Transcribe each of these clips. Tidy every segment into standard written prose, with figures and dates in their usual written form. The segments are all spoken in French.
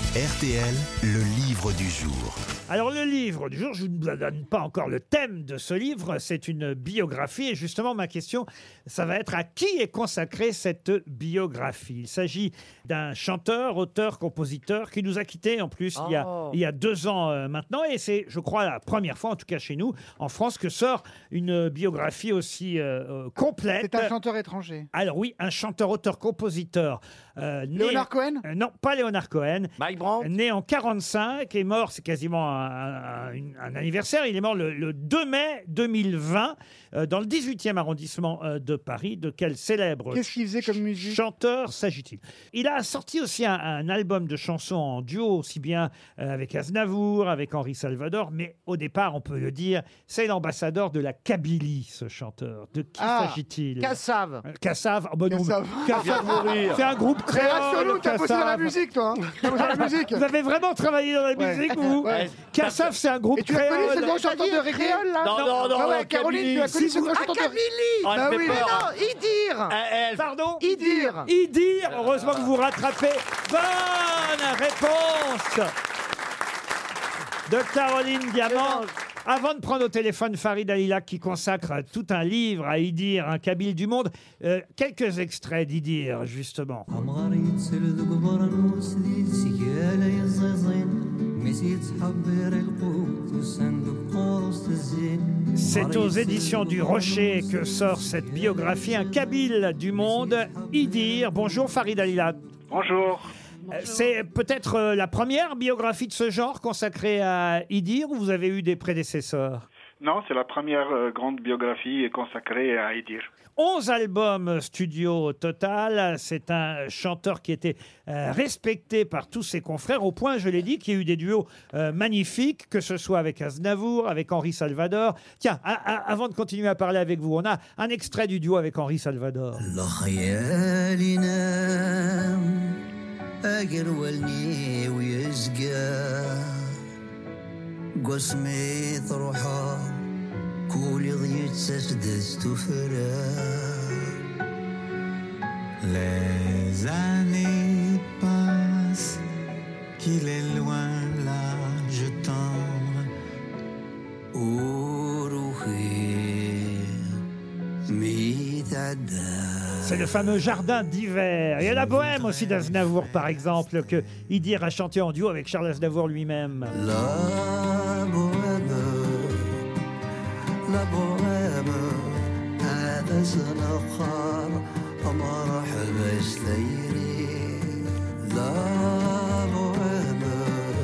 RTL, le livre du jour. Alors le livre du jour, je ne vous donne pas encore le thème de ce livre, c'est une biographie et justement ma question, ça va être à qui est consacrée cette biographie. Il s'agit d'un chanteur, auteur, compositeur qui nous a quittés en plus il y a 2 ans maintenant et c'est je crois la première fois, en tout cas chez nous, en France, que sort une biographie aussi complète. C'est un chanteur étranger. Alors oui, un chanteur, auteur, compositeur. Léonard Cohen ? Non, pas Léonard Cohen. Mike Brandt. Né en 45 et mort, c'est quasiment un anniversaire. Il est mort le 2 mai 2020 dans le 18e arrondissement de Paris. De quel célèbre Qu'est-ce qu'il faisait comme musique ? chanteur s'agit-il? Il a sorti aussi un album de chansons en duo, aussi bien avec Aznavour, avec Henri Salvador, mais au départ, on peut le dire, c'est l'ambassadeur de la Kabylie, ce chanteur. De qui s'agit-il? Kassav. Kassav. Oh, bah non, Kassav. Kassav, c'est un groupe Mais rassure-nous, créole. t'as bossé dans la Kassav. musique, toi. T'as bossé dans la musique. Vous avez vraiment travaillé dans la musique, vous? Ouais. Kassav, c'est un groupe Et tu as connu ce créole. grand chanteur de reggae là Non, Ah ouais, Caroline, tu as connu ce grand chanteur de Oh, elle Bah fait oui, peur. Idir. Pardon? Idir. Idir. Heureusement que vous vous rattrapez. Bonne réponse de Caroline Diamant. Avant de prendre au téléphone Farid Alilac qui consacre tout un livre à Idir, un Kabyle du monde, quelques extraits d'Idir, justement. C'est aux éditions du Rocher que sort cette biographie, un Kabyle du monde, Idir. Bonjour Farid Alilac. Bonjour. C'est peut-être la première biographie de ce genre consacrée à Idir ou vous avez eu des prédécesseurs? Non, c'est la première grande biographie consacrée à Idir. 11 albums studio au total. C'est un chanteur qui était respecté par tous ses confrères, au point, je l'ai dit, qu'il y a eu des duos magnifiques, que ce soit avec Aznavour, avec Henri Salvador. Tiens, avant de continuer à parler avec vous, on a un extrait du duo avec Henri Salvador. أقرولني ويزقى قسمي طروحة كولي ضيت سسدست فرا Les années passent, qu'il est loin l'âge tendre. وروحي ميتعدى C'est le fameux Jardin d'hiver. Il y a la bohème aussi d'Aznavour, par exemple, que Idir a chanté en duo avec Charles Aznavour lui-même. لا بوهمة هذا سنخار مرحبا استيري لا بوهمة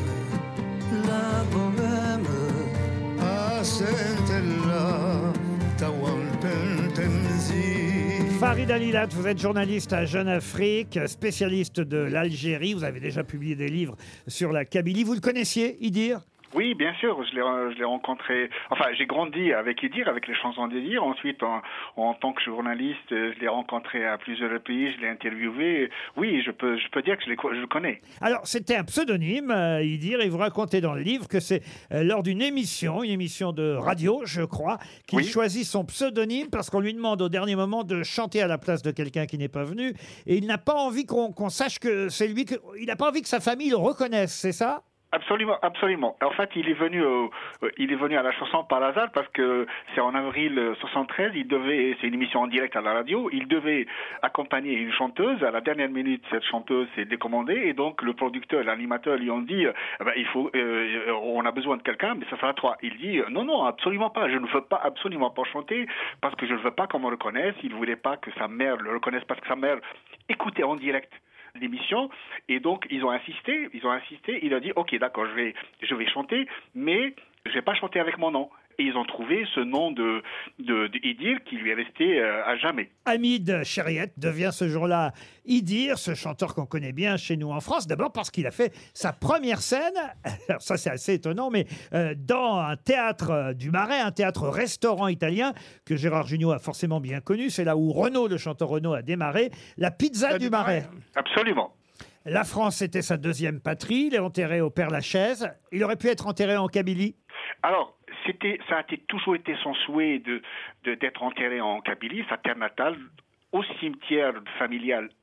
أسنت الله توم تنزي. Farid Alilac, vous êtes journaliste à Jeune Afrique, spécialiste de l'Algérie. Vous avez déjà publié des livres sur la Kabylie. Vous le connaissiez, Idir? Oui, bien sûr, je l'ai rencontré. Enfin, j'ai grandi avec Idir, avec les chansons d'Idir. Ensuite, en tant que journaliste, je l'ai rencontré à plusieurs reprises, je l'ai interviewé. Oui, je peux dire que je le connais. Alors, c'était un pseudonyme, Idir, et vous racontez dans le livre que c'est lors d'une émission, une émission de radio, je crois, qu'il choisit son pseudonyme parce qu'on lui demande au dernier moment de chanter à la place de quelqu'un qui n'est pas venu. Et il n'a pas envie qu'on sache que c'est lui, il n'a pas envie que sa famille le reconnaisse, c'est ça? Absolument, absolument. En fait, il est venu à la chanson par hasard parce que c'est en avril 73. C'est une émission en direct à la radio. Il devait accompagner une chanteuse. À la dernière minute, cette chanteuse s'est décommandée et donc le producteur, l'animateur lui ont dit on a besoin de quelqu'un, mais ça sera toi. Il dit non, absolument pas. Je ne veux pas absolument pas chanter parce que je ne veux pas qu'on me reconnaisse. Il voulait pas que sa mère le reconnaisse parce que sa mère écoutait en direct l'émission et donc ils ont insisté, il a dit ok d'accord je vais chanter mais je vais pas chanter avec mon nom et ils ont trouvé ce nom de Idir qui lui est resté à jamais. Hamid Chériet devient ce jour-là Idir, ce chanteur qu'on connaît bien chez nous en France, d'abord parce qu'il a fait sa première scène, alors ça c'est assez étonnant, mais dans un théâtre du Marais, un théâtre-restaurant italien que Gérard Jugnot a forcément bien connu, c'est là où Renaud, le chanteur Renaud, a démarré, la pizza du Marais. Absolument. La France était sa deuxième patrie, il est enterré au Père-Lachaise, il aurait pu être enterré en Kabylie. Alors, ça a toujours été son souhait d'être enterré en Kabylie, sa terre natale, au cimetière familial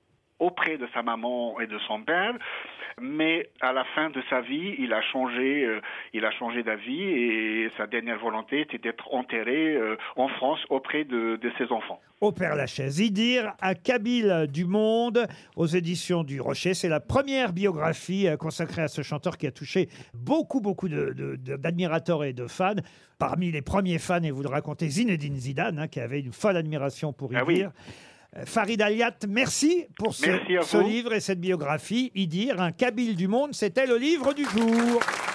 auprès de sa maman et de son père. Mais à la fin de sa vie, il a changé d'avis et sa dernière volonté était d'être enterré en France auprès de ses enfants. Au Père-Lachaise, Idir à Kabyle du Monde, aux éditions du Rocher. C'est la première biographie consacrée à ce chanteur qui a touché beaucoup d'admirateurs et de fans. Parmi les premiers fans, et vous le racontez, Zinedine Zidane, qui avait une folle admiration pour Idir. Oui. Farid Aliat, merci pour ce livre et cette biographie. Idir, un Kabyle du Monde, c'était le livre du jour.